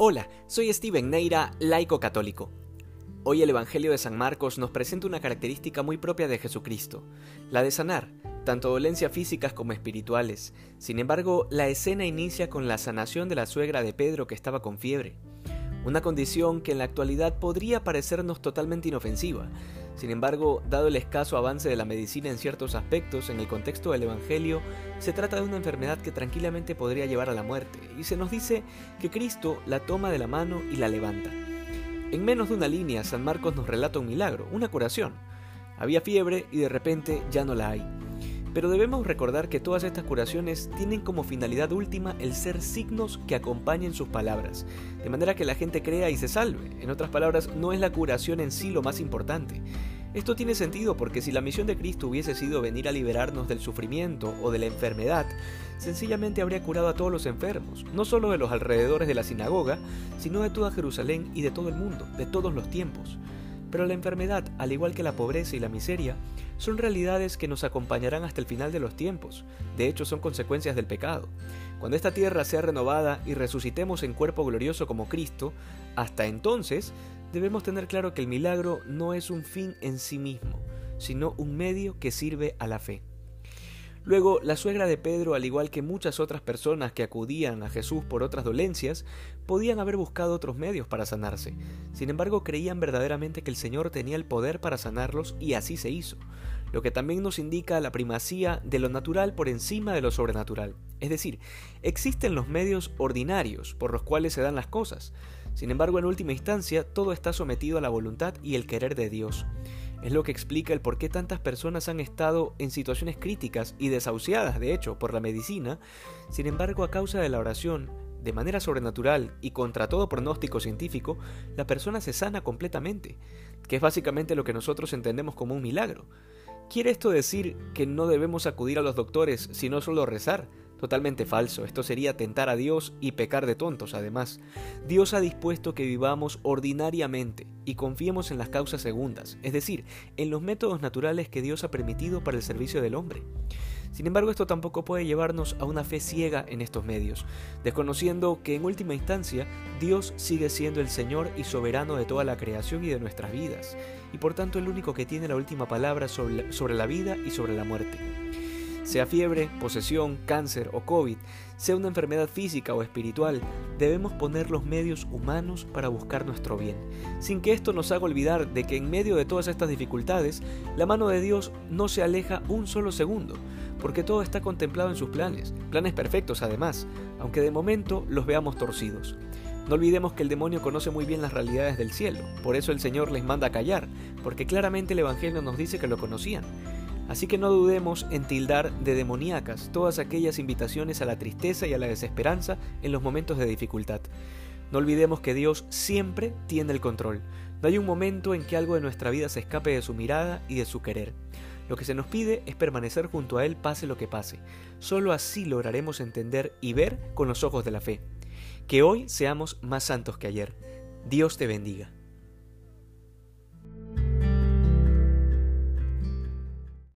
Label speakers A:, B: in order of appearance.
A: Hola, soy Steven Neira, laico católico. Hoy el Evangelio de San Marcos nos presenta una característica muy propia de Jesucristo, la de sanar, tanto dolencias físicas como espirituales. Sin embargo, la escena inicia con la sanación de la suegra de Pedro que estaba con fiebre. Una condición que en la actualidad podría parecernos totalmente inofensiva. Sin embargo, dado el escaso avance de la medicina en ciertos aspectos, en el contexto del Evangelio, se trata de una enfermedad que tranquilamente podría llevar a la muerte, y se nos dice que Cristo la toma de la mano y la levanta. En menos de una línea, San Marcos nos relata un milagro, una curación. Había fiebre y de repente ya no la hay. Pero debemos recordar que todas estas curaciones tienen como finalidad última el ser signos que acompañen sus palabras, de manera que la gente crea y se salve. En otras palabras, no es la curación en sí lo más importante. Esto tiene sentido porque si la misión de Cristo hubiese sido venir a liberarnos del sufrimiento o de la enfermedad, sencillamente habría curado a todos los enfermos, no solo de los alrededores de la sinagoga, sino de toda Jerusalén y de todo el mundo, de todos los tiempos. Pero la enfermedad, al igual que la pobreza y la miseria, son realidades que nos acompañarán hasta el final de los tiempos. De hecho, son consecuencias del pecado. Cuando esta tierra sea renovada y resucitemos en cuerpo glorioso como Cristo, hasta entonces debemos tener claro que el milagro no es un fin en sí mismo, sino un medio que sirve a la fe. Luego, la suegra de Pedro, al igual que muchas otras personas que acudían a Jesús por otras dolencias, podían haber buscado otros medios para sanarse. Sin embargo, creían verdaderamente que el Señor tenía el poder para sanarlos y así se hizo, lo que también nos indica la primacía de lo natural por encima de lo sobrenatural. Es decir, existen los medios ordinarios por los cuales se dan las cosas. Sin embargo, en última instancia, todo está sometido a la voluntad y el querer de Dios. Es lo que explica el por qué tantas personas han estado en situaciones críticas y desahuciadas, de hecho, por la medicina. Sin embargo, a causa de la oración, de manera sobrenatural y contra todo pronóstico científico, la persona se sana completamente, que es básicamente lo que nosotros entendemos como un milagro. ¿Quiere esto decir que no debemos acudir a los doctores sino solo rezar? Totalmente falso, esto sería tentar a Dios y pecar de tontos además. Dios ha dispuesto que vivamos ordinariamente y confiemos en las causas segundas, es decir, en los métodos naturales que Dios ha permitido para el servicio del hombre. Sin embargo, esto tampoco puede llevarnos a una fe ciega en estos medios, desconociendo que en última instancia Dios sigue siendo el Señor y soberano de toda la creación y de nuestras vidas, y por tanto el único que tiene la última palabra sobre la vida y sobre la muerte. Sea fiebre, posesión, cáncer o COVID, sea una enfermedad física o espiritual, debemos poner los medios humanos para buscar nuestro bien, sin que esto nos haga olvidar de que en medio de todas estas dificultades, la mano de Dios no se aleja un solo segundo, porque todo está contemplado en sus planes perfectos además, aunque de momento los veamos torcidos. No olvidemos que el demonio conoce muy bien las realidades del cielo, por eso el Señor les manda a callar, porque claramente el Evangelio nos dice que lo conocían. Así que no dudemos en tildar de demoníacas todas aquellas invitaciones a la tristeza y a la desesperanza en los momentos de dificultad. No olvidemos que Dios siempre tiene el control. No hay un momento en que algo de nuestra vida se escape de su mirada y de su querer. Lo que se nos pide es permanecer junto a Él pase lo que pase. Solo así lograremos entender y ver con los ojos de la fe. Que hoy seamos más santos que ayer. Dios te bendiga.